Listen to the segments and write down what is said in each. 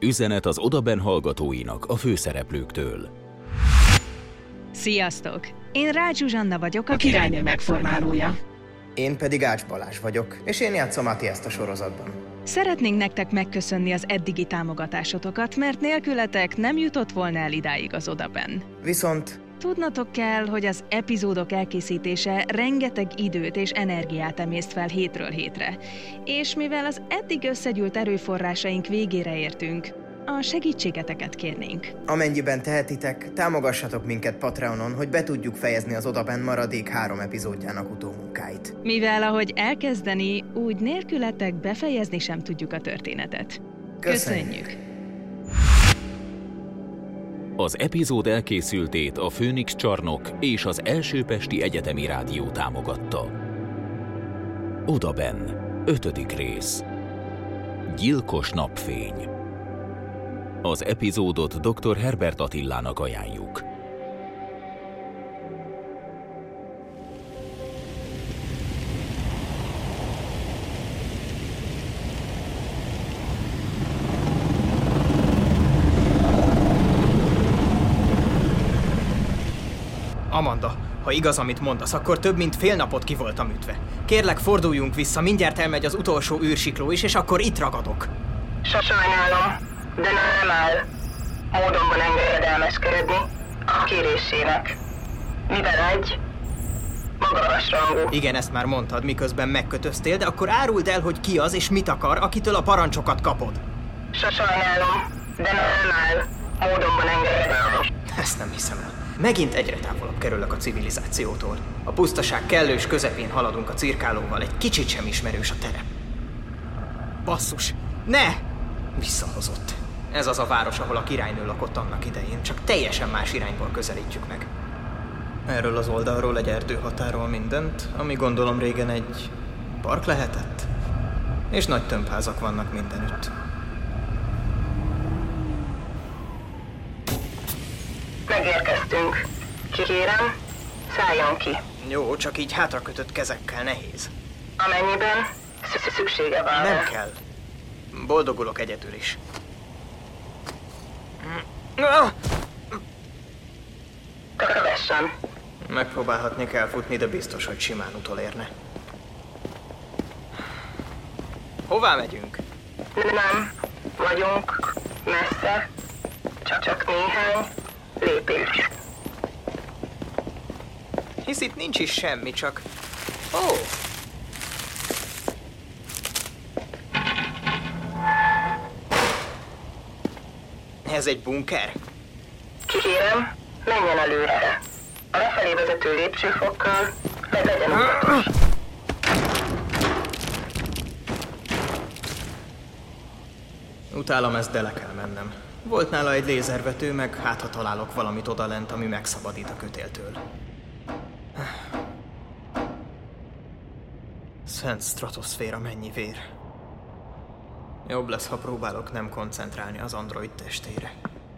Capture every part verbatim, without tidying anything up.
Üzenet az odabenn hallgatóinak a főszereplőktől. Sziasztok! Én Rács Zsuzsanna vagyok, a, a királynő megformálója. Én pedig Ács Balázs vagyok, és én játszom Ati ezt a sorozatban. Szeretnénk nektek megköszönni az eddigi támogatásotokat, mert nélkületek nem jutott volna el idáig az odabenn. Viszont... Tudnotok kell, hogy az epizódok elkészítése rengeteg időt és energiát emészt fel hétről hétre. És mivel az eddig összegyűlt erőforrásaink végére értünk, a segítségeteket kérnénk. Amennyiben tehetitek, támogassatok minket Patreonon, hogy be tudjuk fejezni az odabenn maradék három epizódjának utómunkáit. Mivel ahogy elkezdeni, úgy nélkületek befejezni sem tudjuk a történetet. Köszönjük! Köszönjük. Az epizód elkészültét a Főnix Csarnok és az Első Pesti Egyetemi Rádió támogatta. Odabenn, ötödik rész. Gyilkos napfény. Az epizódot doktor Herbert Attilának ajánljuk. Amanda, ha igaz, amit mondasz, akkor több mint fél napot ki voltam ütve. Kérlek, forduljunk vissza, mindjárt elmegy az utolsó űrsikló is, és akkor itt ragadok. Sajnálom, de nem áll. Módonban engedelmeskedni a kérésének. Mivel egy magas rangú. Igen, ezt már mondtad, miközben megkötöztél, de akkor áruld el, hogy ki az és mit akar, akitől a parancsokat kapod. Sajnálom, de nem áll. Módonban engedelmes. Ezt nem hiszem el. Megint egyre távolabb kerülök a civilizációtól. A pusztaság kellős közepén haladunk a cirkálóval, egy kicsit sem ismerős a terep. Basszus! Ne! Visszahozott. Ez az a város, ahol a királynő lakott annak idején, csak teljesen más irányból közelítjük meg. Erről az oldalról egy erdő határol mindent, ami gondolom régen egy park lehetett. És nagy tömbházak vannak mindenütt. Megérkeztünk. Kérem, szálljon ki. Jó, csak így hátrakötött kezekkel nehéz. Amennyiben szüksége van. Nem kell. Boldogulok egyedül is. Kövessen. Megpróbálhatnék elfutni, de biztos, hogy simán utolérne. Hová megyünk? Nem vagyunk messze, csak, csak néhány lépés. Hisz itt nincs is semmi, csak... Ó! Oh. Ez egy bunker? Kérem, menjen előre. A lefelé vezető lépcsőfokkal legyen óvatos. Utálom ezt, de le kell mennem. Volt nála egy lézervető, meg hát ha találok valamit odalent, ami megszabadít a kötéltől. Szent stratoszféra, mennyi vér. Jobb lesz, ha próbálok nem koncentrálni az android testére.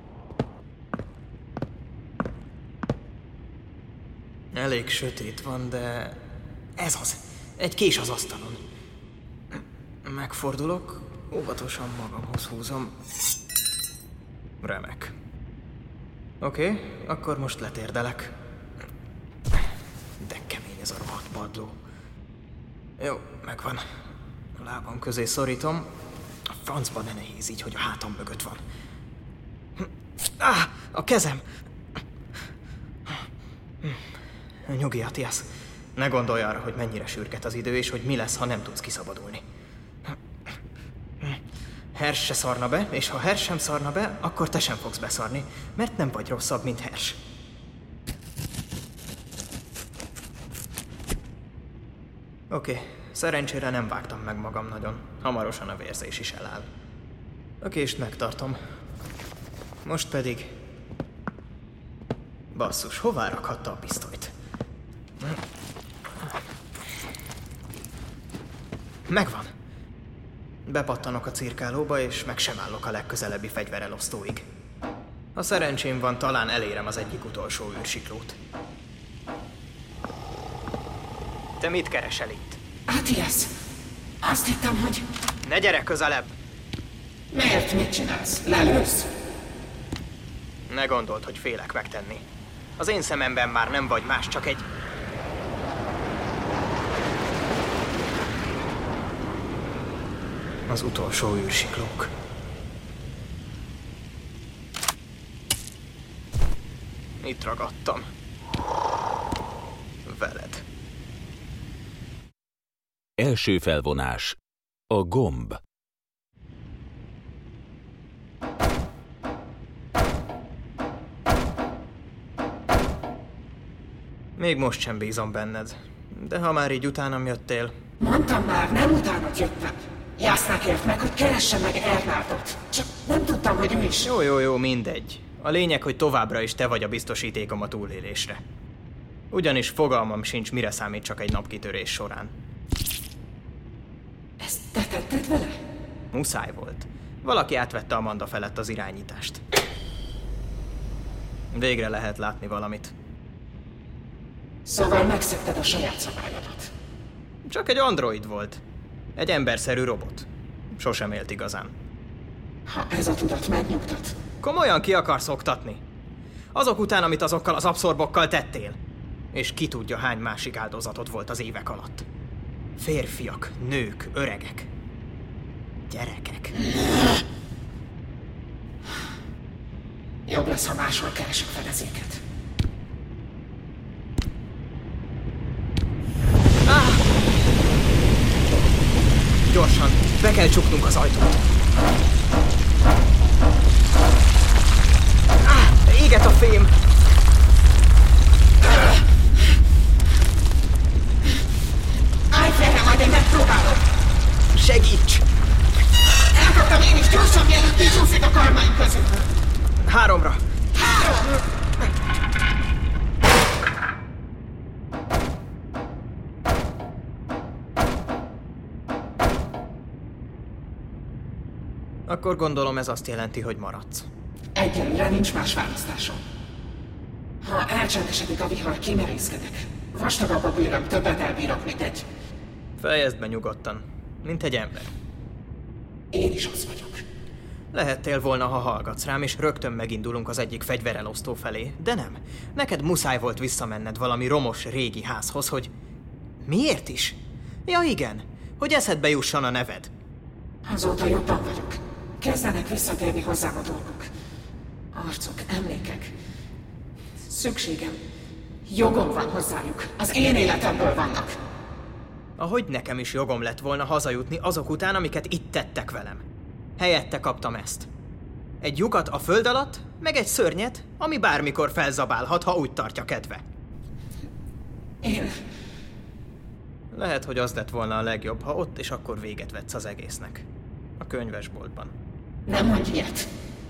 Elég sötét van, de... Ez az! Egy kés az asztalon. Megfordulok, óvatosan magamhoz húzom. Remek. Oké, okay, akkor most letérdelek. De kemény ez a rohadt padló. Jó, megvan. A lábam közé szorítom. A francba ne nehéz így, hogy a hátam mögött van. Ah, a kezem! Nyugi, Atiász. Ne gondolj arra, hogy mennyire sürget az idő, és hogy mi lesz, ha nem tudsz kiszabadulni. Hers se szarna be, és ha Hers sem szarna be, akkor te sem fogsz beszarni, mert nem vagy rosszabb, mint Hers. Oké, okay, szerencsére nem vágtam meg magam nagyon. Hamarosan a vérzés is eláll. A kést megtartom. Most pedig... Basszus, hová rakhatta a pisztolyt? Megvan. Bepattanok a cirkálóba, és meg sem állok a legközelebbi fegyverelosztóig. Ha szerencsém van, talán elérem az egyik utolsó űrsiklót. Te mit keresel itt? Atiász, azt hittem, hogy... Ne gyere közelebb! Miért? Mit csinálsz? Lelősz? Ne gondold, hogy félek megtenni. Az én szememben már nem vagy más, csak egy... Az utolsó űrsiklók. Itt ragadtam. Veled. Első felvonás. A gomb. Még most sem bízom benned. De ha már így utánam jöttél... Mondtam már, nem utánad jöttem. Jászná kért meg, hogy keressen meg Ernardot. Csak nem tudtam, hogy ő is... Jó, jó, jó, mindegy. A lényeg, hogy továbbra is te vagy a biztosítékom a túlélésre. Ugyanis fogalmam sincs, mire számít csak egy napkitörés során. Ezt te tetted vele? Muszáj volt. Valaki átvette Amanda felett az irányítást. Végre lehet látni valamit. Szóval megszegted a saját szabályodat. Csak egy android volt. Egy emberszerű robot. Sosem élt igazán. Ha ez a tudat megnyugtat. Komolyan ki akarsz oktatni? Azok után, amit azokkal az abszorbokkal tettél. És ki tudja, hány másik áldozatod volt az évek alatt. Férfiak, nők, öregek. Gyerekek. Jobb lesz, ha máshol keresek fedezéket. Ah! Gyorsan, be kell csuknunk az ajtót. Ah, éget a fém! Állj félre, majd én megpróbálom! Segíts! Elkaptam én is gyorsan, mielőtt kicsúszik a karmaim közül! Háromra! Három! Akkor gondolom ez azt jelenti, hogy maradsz. Egyelőre nincs más választásom. Ha elcsendesedik a vihar, kimerészkedek. Vastagabb a bőröm, többet elbírok, mint egy... Fejezd be nyugodtan, mint egy ember. Én is az vagyok. Lehettél volna, ha hallgatsz rám, és rögtön megindulunk az egyik fegyverelosztó felé, de nem. Neked muszáj volt visszamenned valami romos régi házhoz, hogy... Miért is? Ja igen, hogy eszedbe jusson a neved. Azóta jobban vagyok. Kezdenek visszatérni hozzám a dolgok. Arcok, emlékek. Szükségem. Jogom van hozzájuk. Az én életemből vannak. Ahogy nekem is jogom lett volna hazajutni azok után, amiket itt tettek velem. Helyette kaptam ezt. Egy lyukat a föld alatt, meg egy szörnyet, ami bármikor felzabálhat, ha úgy tartja kedve. Én... Lehet, hogy az lett volna a legjobb, ha ott és akkor véget vetsz az egésznek. A könyvesboltban. Nem mondj ilyet.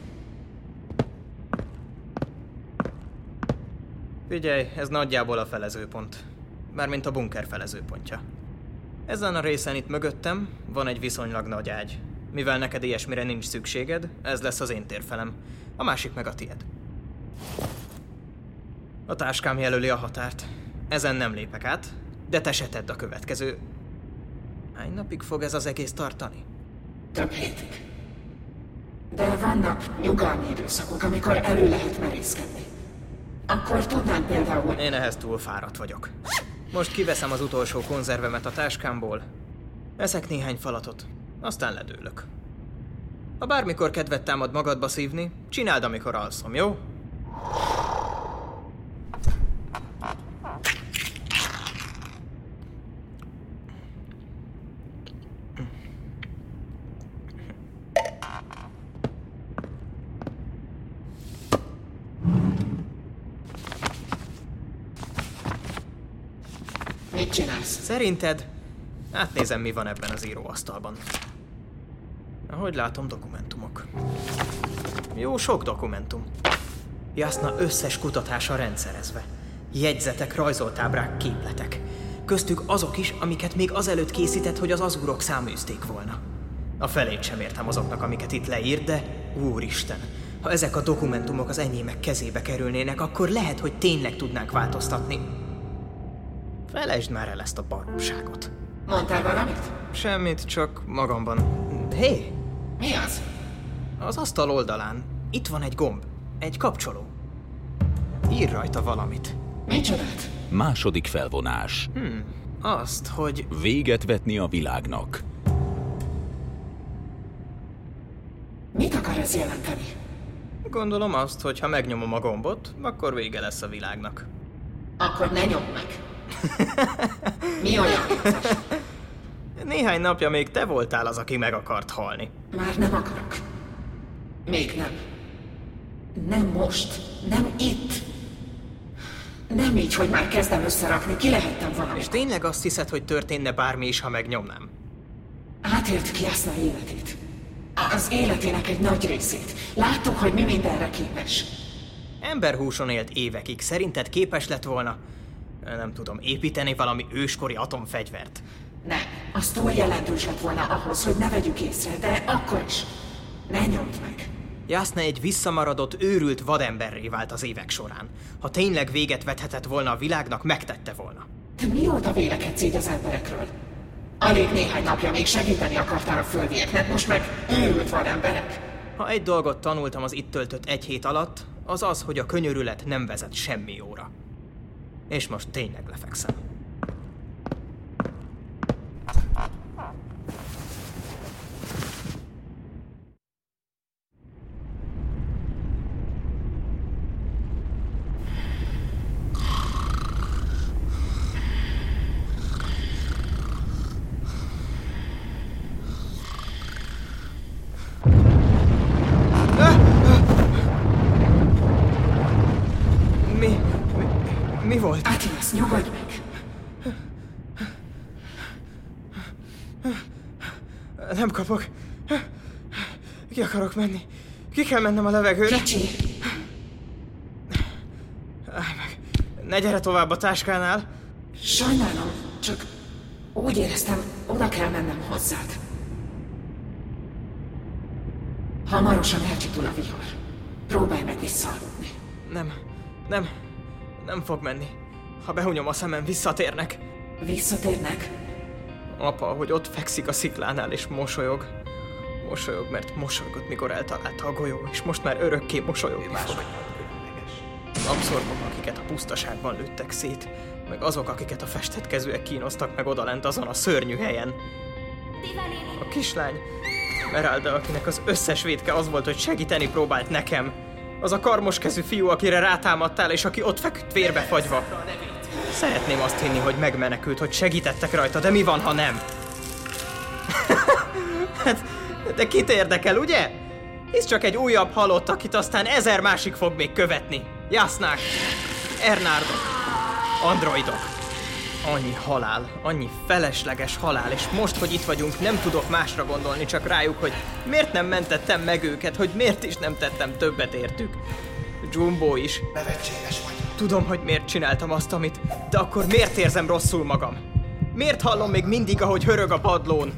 Figyelj, ez nagyjából a felezőpont. Mármint a bunker felezőpontja. Ezen a részen itt mögöttem van egy viszonylag nagy ágy. Mivel neked ilyesmire nincs szükséged, ez lesz az én térfelem. A másik meg a tied. A táskám jelöli a határt. Ezen nem lépek át, de te se tedd a következő... Hány napig fog ez az egész tartani? Több hétig. De vannak nyugalmi időszakok, amikor elő lehet merészkedni. Akkor tudnánk például... Én ehhez túl fáradt vagyok. Most kiveszem az utolsó konzervemet a táskámból, eszek néhány falatot, aztán ledőlök. Ha bármikor kedvet támad magadba szívni, csináld, amikor alszom, jó? Mit csinálsz? Szerinted? Átnézem, mi van ebben az íróasztalban. Ahogy látom, dokumentumok. Jó sok dokumentum. Jászna összes kutatása rendszerezve. Jegyzetek, rajzolt ábrák, képletek. Köztük azok is, amiket még azelőtt készített, hogy az azúrok száműzték volna. A felét sem értem azoknak, amiket itt leírt, de úristen, ha ezek a dokumentumok az enyémek kezébe kerülnének, akkor lehet, hogy tényleg tudnánk változtatni. Felejtsd már el ezt a baromságot. Mondtál valamit? Semmit, csak magamban. Hé! Mi az? Az asztal oldalán itt van egy gomb, egy kapcsoló. Ír rajta valamit. Micsodát? Második felvonás. Hmm, azt, hogy... Véget vetni a világnak. Mit akar ez jelenteni? Gondolom azt, hogy ha megnyomom a gombot, akkor vége lesz a világnak. Akkor ne nyomd meg. Mi olyan vicces? Néhány napja még te voltál az, aki meg akart halni. Már nem akarok. Még nem. Nem most. Nem itt. Nem így, hogy már kezdem összerakni. Ki lehettem valami. És tényleg azt hiszed, hogy történne bármi is, ha megnyomnám? Átélt ki Jasna életét. Az életének egy nagy részét. Láttuk, hogy mi mindenre képes. Emberhúson élt évekig. Szerinted képes lett volna, nem tudom, építeni valami őskori atomfegyvert? Nem, az túl jelentős lett volna ahhoz, hogy ne vegyük észre, de akkor is. Ne nyomd meg. Jasna egy visszamaradott, őrült vademberré vált az évek során. Ha tényleg véget vethetett volna a világnak, megtette volna. Te mióta vélekedsz így az emberekről? Alig néhány napja még segíteni akartál a földieknek, most meg őrült vademberek. Ha egy dolgot tanultam az itt töltött egy hét alatt, az az, hogy a könyörület nem vezet semmi jóra. És most tényleg lefekszem. Mi volt? Atilas, nyugodj meg! Nem kapok. Ki akarok menni. Ki kell mennem a levegőre. Kicsi! Állj meg. Ne gyere tovább a táskánál. Sajnálom, csak úgy éreztem, oda kell mennem hozzád. Hamarosan elcsitul a vihar. Próbálj meg visszaaludni. Nem, nem, nem fog menni. Ha behunyom a szemem, visszatérnek. Visszatérnek? Apa, hogy ott fekszik a sziklánál és mosolyog. Mosolyog, mert mosolygott, mikor eltalálta a golyó, és most már örökké mosolyogni fog. Abszorgok, akiket a pusztaságban lőttek szét, meg azok, akiket a festetkezőek kínoztak meg odalent azon a szörnyű helyen. A kislány, Meralda, akinek az összes vétke az volt, hogy segíteni próbált nekem. Az a karmoskezű fiú, akire rátámadtál, és aki ott feküdt vérbefagyva. Szeretném azt hinni, hogy megmenekült, hogy segítettek rajta, de mi van, ha nem? Hát, de kit érdekel, ugye? Hisz csak egy újabb halott, akit aztán ezer másik fog még követni. Jasnák, Ernardok, androidok. Annyi halál, annyi felesleges halál, és most, hogy itt vagyunk, nem tudok másra gondolni, csak rájuk, hogy miért nem mentettem meg őket, hogy miért is nem tettem többet értük. Jumbo is. Nevetséges vagy. Tudom, hogy miért csináltam azt, amit, de akkor miért érzem rosszul magam? Miért hallom még mindig, ahogy hörög a padlón?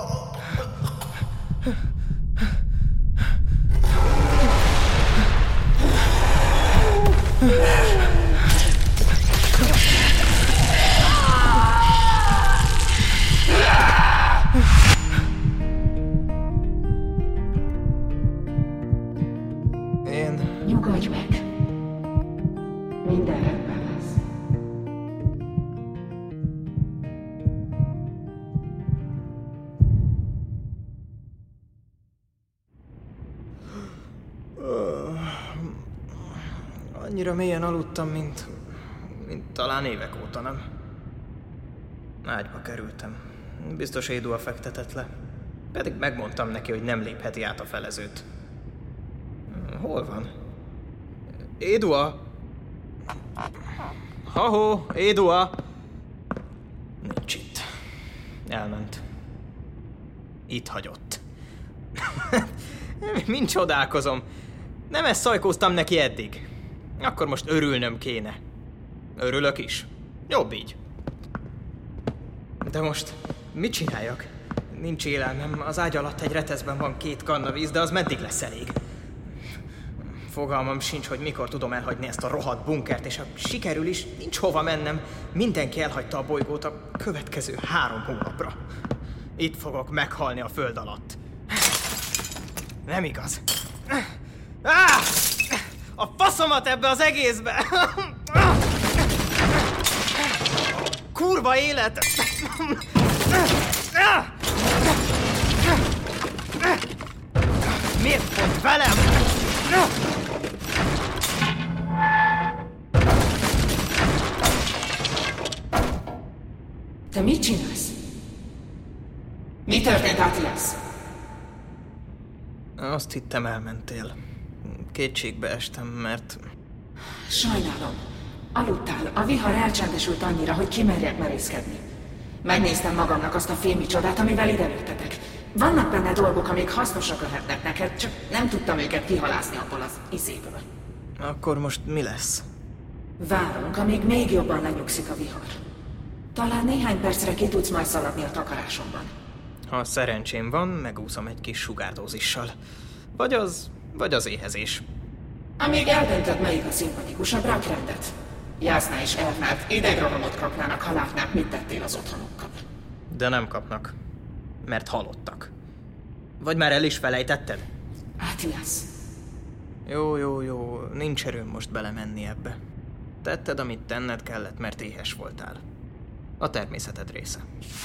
Én... Nyugodj meg. Minden rendben lesz. Annyira mélyen aludtam, mint... mint talán évek óta, nem? Ágyba kerültem. Biztos Édua fektetett le. Pedig megmondtam neki, hogy nem lépheti át a felezőt. Hol van? Édua! Ha-ho, Édua! Nincs itt. Elment. Itt hagyott. Mind csodálkozom. Nem ezt szajkóztam neki eddig. Akkor most örülnöm kéne. Örülök is. Jobb így. De most mit csináljak? Nincs élelmem. Az ágy alatt egy reteszben van két kanna víz, de az meddig lesz elég? Fogalmam sincs, hogy mikor tudom elhagyni ezt a rohadt bunkert, és ha sikerül is, nincs hova mennem. Mindenki elhagyta a bolygót a következő három hónapra. Itt fogok meghalni a föld alatt. Nem igaz. Ah! A faszomat ebbe az egészbe! Kurva élet! Miért pont velem? Te mit csinálsz? Mi történt, Attias? Azt hittem, elmentél. Kétségbe estem, mert... Sajnálom. Aludtál. A vihar elcsendesült annyira, hogy kimerjek merészkedni. Megnéztem magamnak azt a fémi csodát, amivel idejöttetek. Vannak benne dolgok, amik hasznosak lehetnek neked, csak nem tudtam őket kihalászni abból az izéből. Akkor most mi lesz? Várunk, amíg még jobban lenyugszik a vihar. Talán néhány percre ki tudsz majd szaladni a takarásomban. Ha szerencsém van, megúszom egy kis sugárdózissal. Vagy az, vagy az éhezés. Amíg eldöntöd, melyik a szimpatikusabb, rak rendet. Jasna és Ernát idegrohamot kapnának, ha látnák, mit tettél az otthonukkal. De nem kapnak, mert halottak. Vagy már el is felejtetted? Attias. Jó, jó, jó, nincs erőm most belemenni ebbe. Tetted, amit tenned kellett, mert éhes voltál. A természeted része.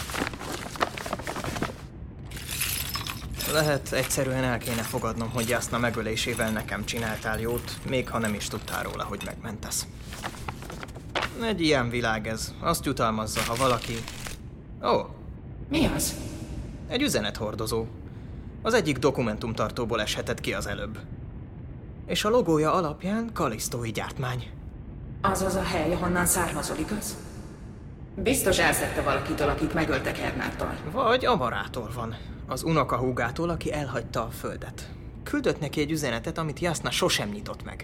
Lehet, egyszerűen el kéne fogadnom, hogy Jasna megölésével nekem csináltál jót, még ha nem is tudtál róla, hogy megmentesz. Egy ilyen világ ez. Azt jutalmazza, ha valaki... Ó! Oh, mi az? egy üzenethordozó. Az egyik dokumentumtartóból eshetett ki az előbb. És a logója alapján kalisztói gyártmány. Az az a hely, ahonnan származol, igaz? Biztos elszedte valakitől, akit megöltek Ernáttal. Vagy Amarától van. Az unokahúgától, aki elhagyta a földet. Küldött neki egy üzenetet, amit Jasna sosem nyitott meg.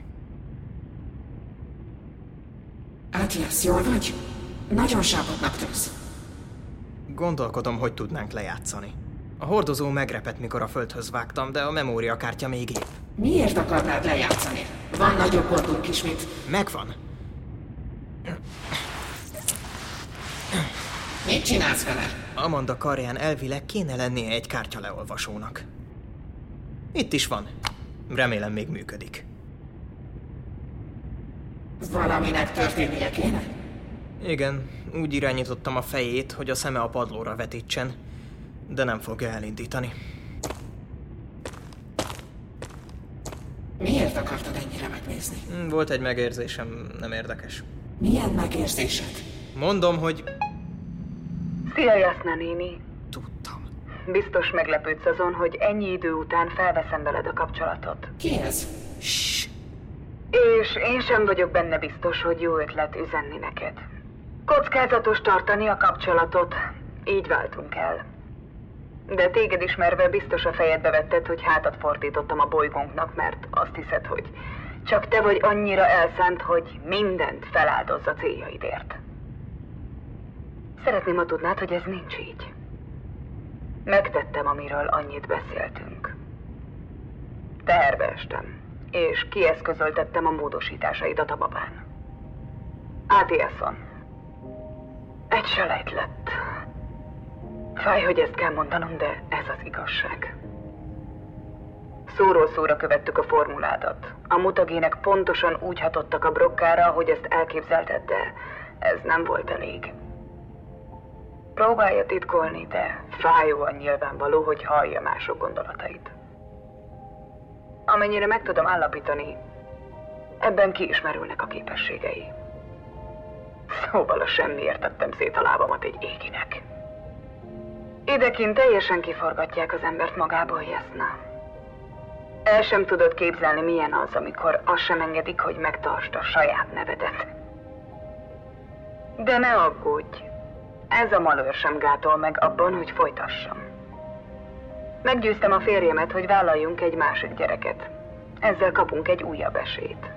Attias, jól vagy? Nagyon sápadnak tűz. Gondolkodom, hogy tudnánk lejátszani. A hordozó megrepett, mikor a földhöz vágtam, de a memóriakártya még épp. Miért akarnád lejátszani? Van nagyobb gondunk is, mint... Megvan. Mit csinálsz vele? Amanda karján elvileg kéne lennie egy kártyaleolvasónak. Itt is van. Remélem még működik. Valaminek történnie kéne? Igen, úgy irányítottam a fejét, hogy a szeme a padlóra vetítsen, de nem fogja elindítani. Miért akartad ennyire megnézni? Volt egy megérzésem, nem érdekes. Milyen megérzésed? Mondom, hogy... Szia, Jasna néni. Tudtam. Biztos meglepődsz azon, hogy ennyi idő után felveszem veled a kapcsolatot. Ki ez? Ssss. És én sem vagyok benne biztos, hogy jó ötlet üzenni neked. Kockázatos tartani a kapcsolatot, így váltunk el. De téged ismerve biztos a fejedbe vetted, hogy hátat fordítottam a bolygónknak, mert azt hiszed, hogy csak te vagy annyira elszánt, hogy mindent feláldozz a céljaidért. Szeretném, ha tudnád, hogy ez nincs így. Megtettem, amiről annyit beszéltünk. Teherbe estem, és kieszközöltettem a módosításaidat a babán. Attiason. Egy selejt lett. Fáj, hogy ezt kell mondanom, de ez az igazság. Szóról szóra követtük a formuládat. A mutagének pontosan úgy hatottak a brokkára, ahogy ezt elképzelted, de ez nem volt elég. Próbálja titkolni, de fájóan nyilvánvaló, hogy hallja mások gondolatait. Amennyire meg tudom állapítani, ebben kiismerülnek a képességei. Szóval a semmiért tettem szét a lábamat egy éginek. Idekint teljesen kiforgatják az embert magából, Jasna. El sem tudod képzelni, milyen az, amikor azt sem engedik, hogy megtartsd a saját nevedet. De ne aggódj! Ez a malőr sem gátol meg abban, hogy folytassam. Meggyőztem a férjemet, hogy vállaljunk egy másik gyereket. Ezzel kapunk egy újabb esélyt.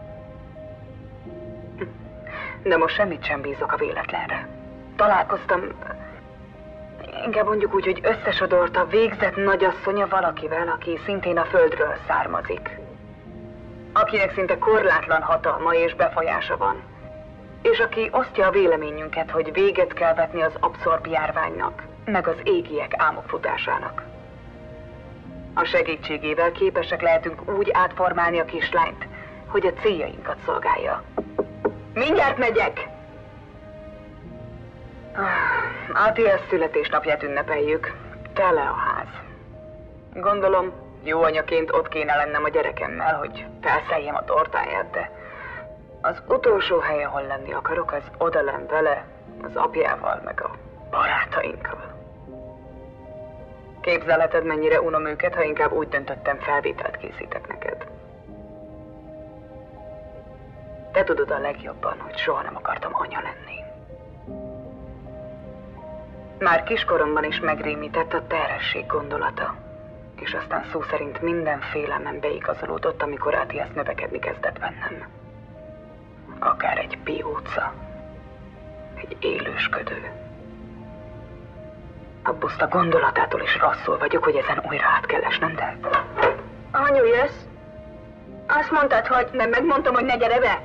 De most semmit sem bízok a véletlenre. Találkoztam... Inkább mondjuk úgy, hogy összesodort a végzett nagyasszonya valakivel, aki szintén a földről származik. Akinek szinte korlátlan hatalma és befolyása van. És aki osztja a véleményünket, hogy véget kell vetni az abszorb járványnak, meg az égiek álmokfutásának. A segítségével képesek lehetünk úgy átformálni a kislányt, hogy a céljainkat szolgálja. Mindjárt megyek! á té es születésnapját ünnepeljük. Tele a ház. Gondolom, jó anyaként ott kéne lennem a gyerekemmel, hogy felszeljem a tortáját, de az utolsó hely, ahol lenni akarok, az oda lenn vele, az apjával, meg a barátainkkal. Képzelheted, mennyire unom őket, ha inkább úgy döntöttem, felvételt készítek neked. Te tudod a legjobban, hogy soha nem akartam anya lenni. Már kiskoromban is megrémített a terhesség gondolata, és aztán szó szerint minden félelmem beigazolódott, amikor á té es növekedni kezdett bennem. Akár egy pióca, egy élősködő. A buszta gondolatától is rosszul vagyok, hogy ezen újra át kell esnem, de... Anyu, jössz? Azt mondtad, hogy nem megmondtam, hogy ne gyere be?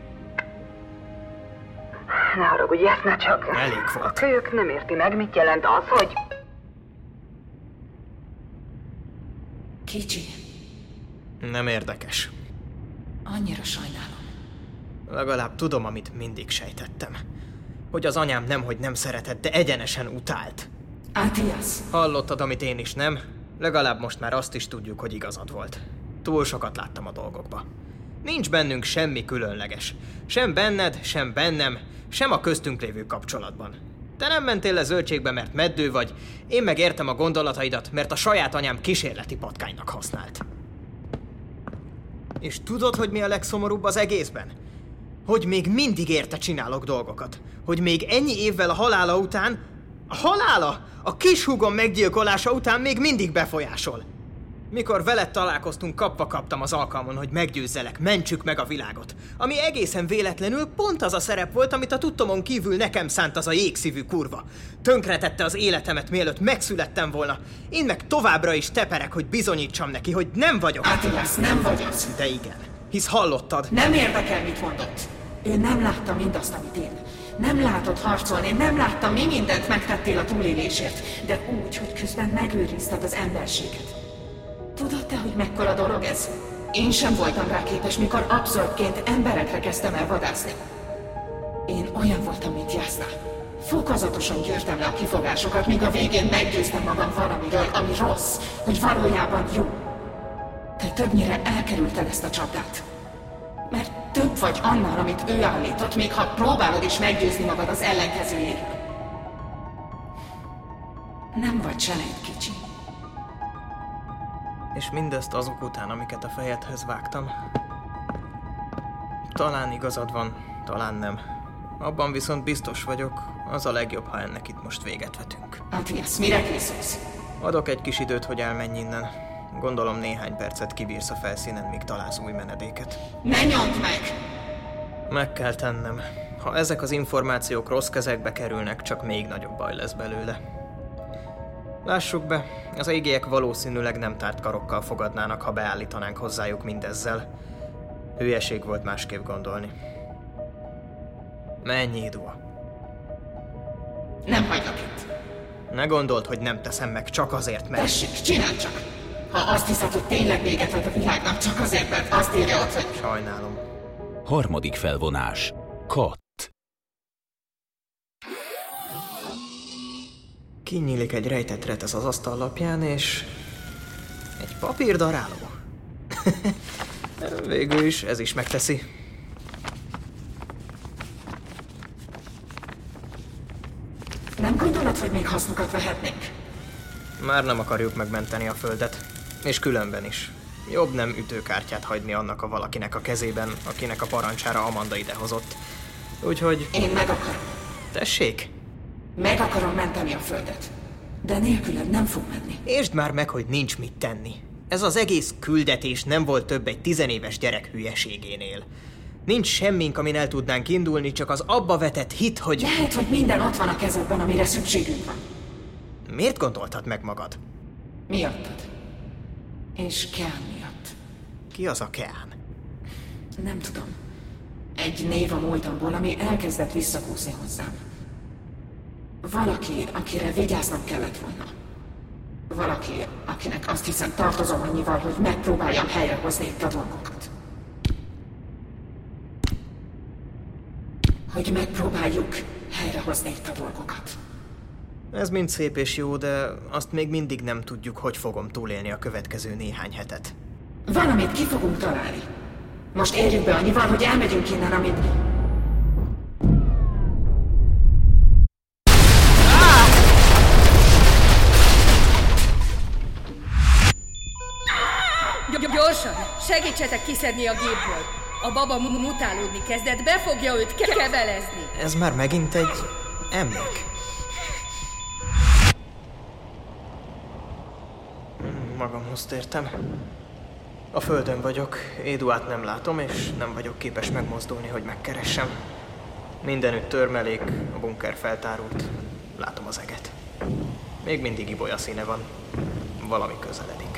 Ne haragudj, ezt ne csak... Elég volt. A kölyök nem érti meg, mit jelent az, hogy... Kicsi, Nem érdekes. annyira sajnálom. Legalább tudom, amit mindig sejtettem. Hogy az anyám nemhogy nem szeretett, de egyenesen utált. á té es, Hallottad, amit én is, nem? Legalább most már azt is tudjuk, hogy igazad volt. Túl sokat láttam a dolgokba. Nincs bennünk semmi különleges. Sem benned, sem bennem, sem a köztünk lévő kapcsolatban. Te nem mentél le zöldségbe, mert meddő vagy, én meg értem a gondolataidat, mert a saját anyám kísérleti patkánynak használt. És tudod, hogy mi a legszomorúbb az egészben? Hogy még mindig érte csinálok dolgokat. Hogy még ennyi évvel a halála után... A halála? A kishúgom meggyilkolása után még mindig befolyásol. Mikor veled találkoztunk, kapva kaptam az alkalmon, hogy meggyőzzelek, mentsük meg a világot. Ami egészen véletlenül pont az a szerep volt, amit a tudtomon kívül nekem szánt az a jégszívű kurva. Tönkretette az életemet, mielőtt megszülettem volna. Én meg továbbra is teperek, hogy bizonyítsam neki, hogy nem vagyok. á té es, nem vagy az. De igen, hisz hallottad. Nem érdekel, mit mondott. Ő nem látta mindazt, amit én. Nem látod harcolni, nem látta, mi mindent megtettél a túlélésért, de úgy, hogy közben megőrizted az emberséget. Tudod te, hogy mekkora dolog ez? Én sem voltam rá képes, mikor abszurdként emberekre kezdtem el vadászni. Én olyan voltam, mint Jasna. Fokozatosan gyűrtem le a kifogásokat, míg a végén meggyőztem magam valamiről, ami rossz, hogy valójában jó. Te többnyire elkerülted ezt a csapdát. Mert több vagy annál, amit ő állított, még ha próbálod is meggyőzni magad az ellenkezőjéről. Nem vagy selejt, kicsi. És mindezt azok után, amiket a fejedhez vágtam. Talán igazad van, talán nem. Abban viszont biztos vagyok, az a legjobb, ha ennek itt most véget vetünk. á té es, mire készülsz? Adok egy kis időt, hogy elmenj innen. Gondolom néhány percet kibírsz a felszínen, míg találsz új menedéket. Ne nyomd meg! Meg kell tennem. Ha ezek az információk rossz kezekbe kerülnek, csak még nagyobb baj lesz belőle. Lássuk be, az égiek valószínűleg nem tárt karokkal fogadnának, ha beállítanánk hozzájuk mindezzel. Hülyeség volt másképp gondolni. Menj, Idua. Nem hagylak itt. Ne gondold, hogy nem teszem meg csak azért, mert... Tessék, csináld csak! Ha azt hiszed, hogy tényleg véget vet a világnak, csak azért, mert azt írja ott, hogy... Sajnálom. Harmadik felvonás. Kat. Kinyílik egy rejtett retesz az asztallapján, és... egy papírdaráló. Végül is ez is megteszi. Nem gondolod, hogy még hasznokat vehetnénk? Már nem akarjuk megmenteni a földet. És különben is. Jobb nem ütőkártyát hagyni annak a valakinek a kezében, akinek a parancsára Amanda idehozott. Úgyhogy... Én meg akarom. Tessék? Meg akarom menteni a földet. De nélküled nem fog menni. Értsd már meg, hogy nincs mit tenni. Ez az egész küldetés nem volt több egy tizenéves gyerek hülyeségénél. Nincs semmink, amin el tudnánk indulni, csak az abba vetett hit, hogy... Lehet, hogy minden ott van a kezedben, amire szükségünk van. Miért gondoltad meg magad? Miattad. És Kean miatt. Ki az a Kean? Nem tudom. Egy név a múltamból, ami elkezdett visszakúszni hozzám. Valaki, akire vigyáznom kellett volna. Valaki, akinek azt hiszem tartozom annyival, hogy megpróbáljam helyrehozni itt a dolgokat. Hogy megpróbáljuk helyrehozni itt a dolgokat. Ez mind szép és jó, de azt még mindig nem tudjuk, hogy fogom túlélni a következő néhány hetet. Valamit ki fogunk találni. Most érjük be annyival, hogy elmegyünk innen, amit... Gyorsan! Segítsetek kiszedni a gépből! A baba mutálódni kezdett, be fogja őt kevelezni! Ez már megint egy emlék. Magamhoz tértem. A földön vagyok, Éduát nem látom, és nem vagyok képes megmozdulni, hogy megkeressem. Mindenütt törmelék, a bunker feltárult, látom az eget. Még mindig ibolya színe van, valami közeledik.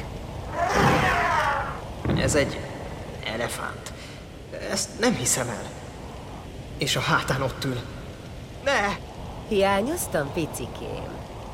Ez egy elefánt. Ezt nem hiszem el. És a hátán ott ül. Ne! Hiányoztam, picikém?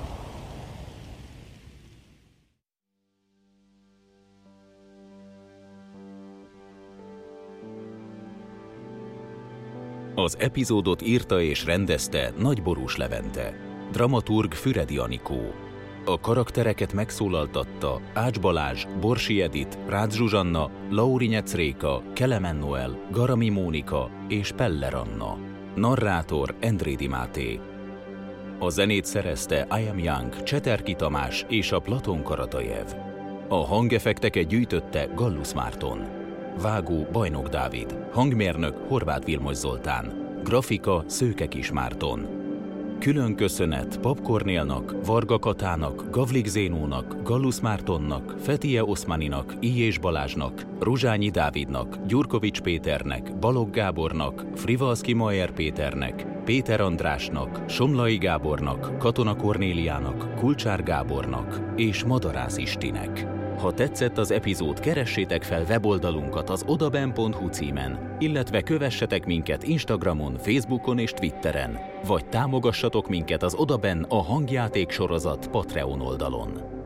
Az epizódot írta és rendezte Nagy Borús Levente, dramaturg Füredi Anikó. A karaktereket megszólaltatta Ács Balázs, Borsi Edit, Rácz Zsuzsanna, Laurinyec Réka, Kelemen Noel, Garami Mónika és Peller Anna. Narrátor Endrédi Máté. A zenét szerezte I Am Young, Cseterki Tamás és a Platon Karatajev. A hangeffekteket gyűjtötte Gallus Márton. Vágó Bajnok Dávid. Hangmérnök Horváth Vilmos Zoltán. Grafika Szőke Kis Márton. Külön köszönet Pap Kornélnak, Varga Katának, Gavlik Zénónak, Gallus Mártonnak, Fetije Oszmaninak, Ijés Balázsnak, Ruzsányi Dávidnak, Gyurkovics Péternek, Balogh Gábornak, Frivalszki Mayer Péternek, Péter Andrásnak, Somlai Gábornak, Katona Kornéliának, Kulcsár Gábornak és Madarász Istinek. Ha tetszett az epizód, keressétek fel weboldalunkat az odaben pont hu címen, illetve kövessetek minket Instagramon, Facebookon és Twitteren, vagy támogassatok minket az Odaben a hangjáték sorozat Patreon oldalon.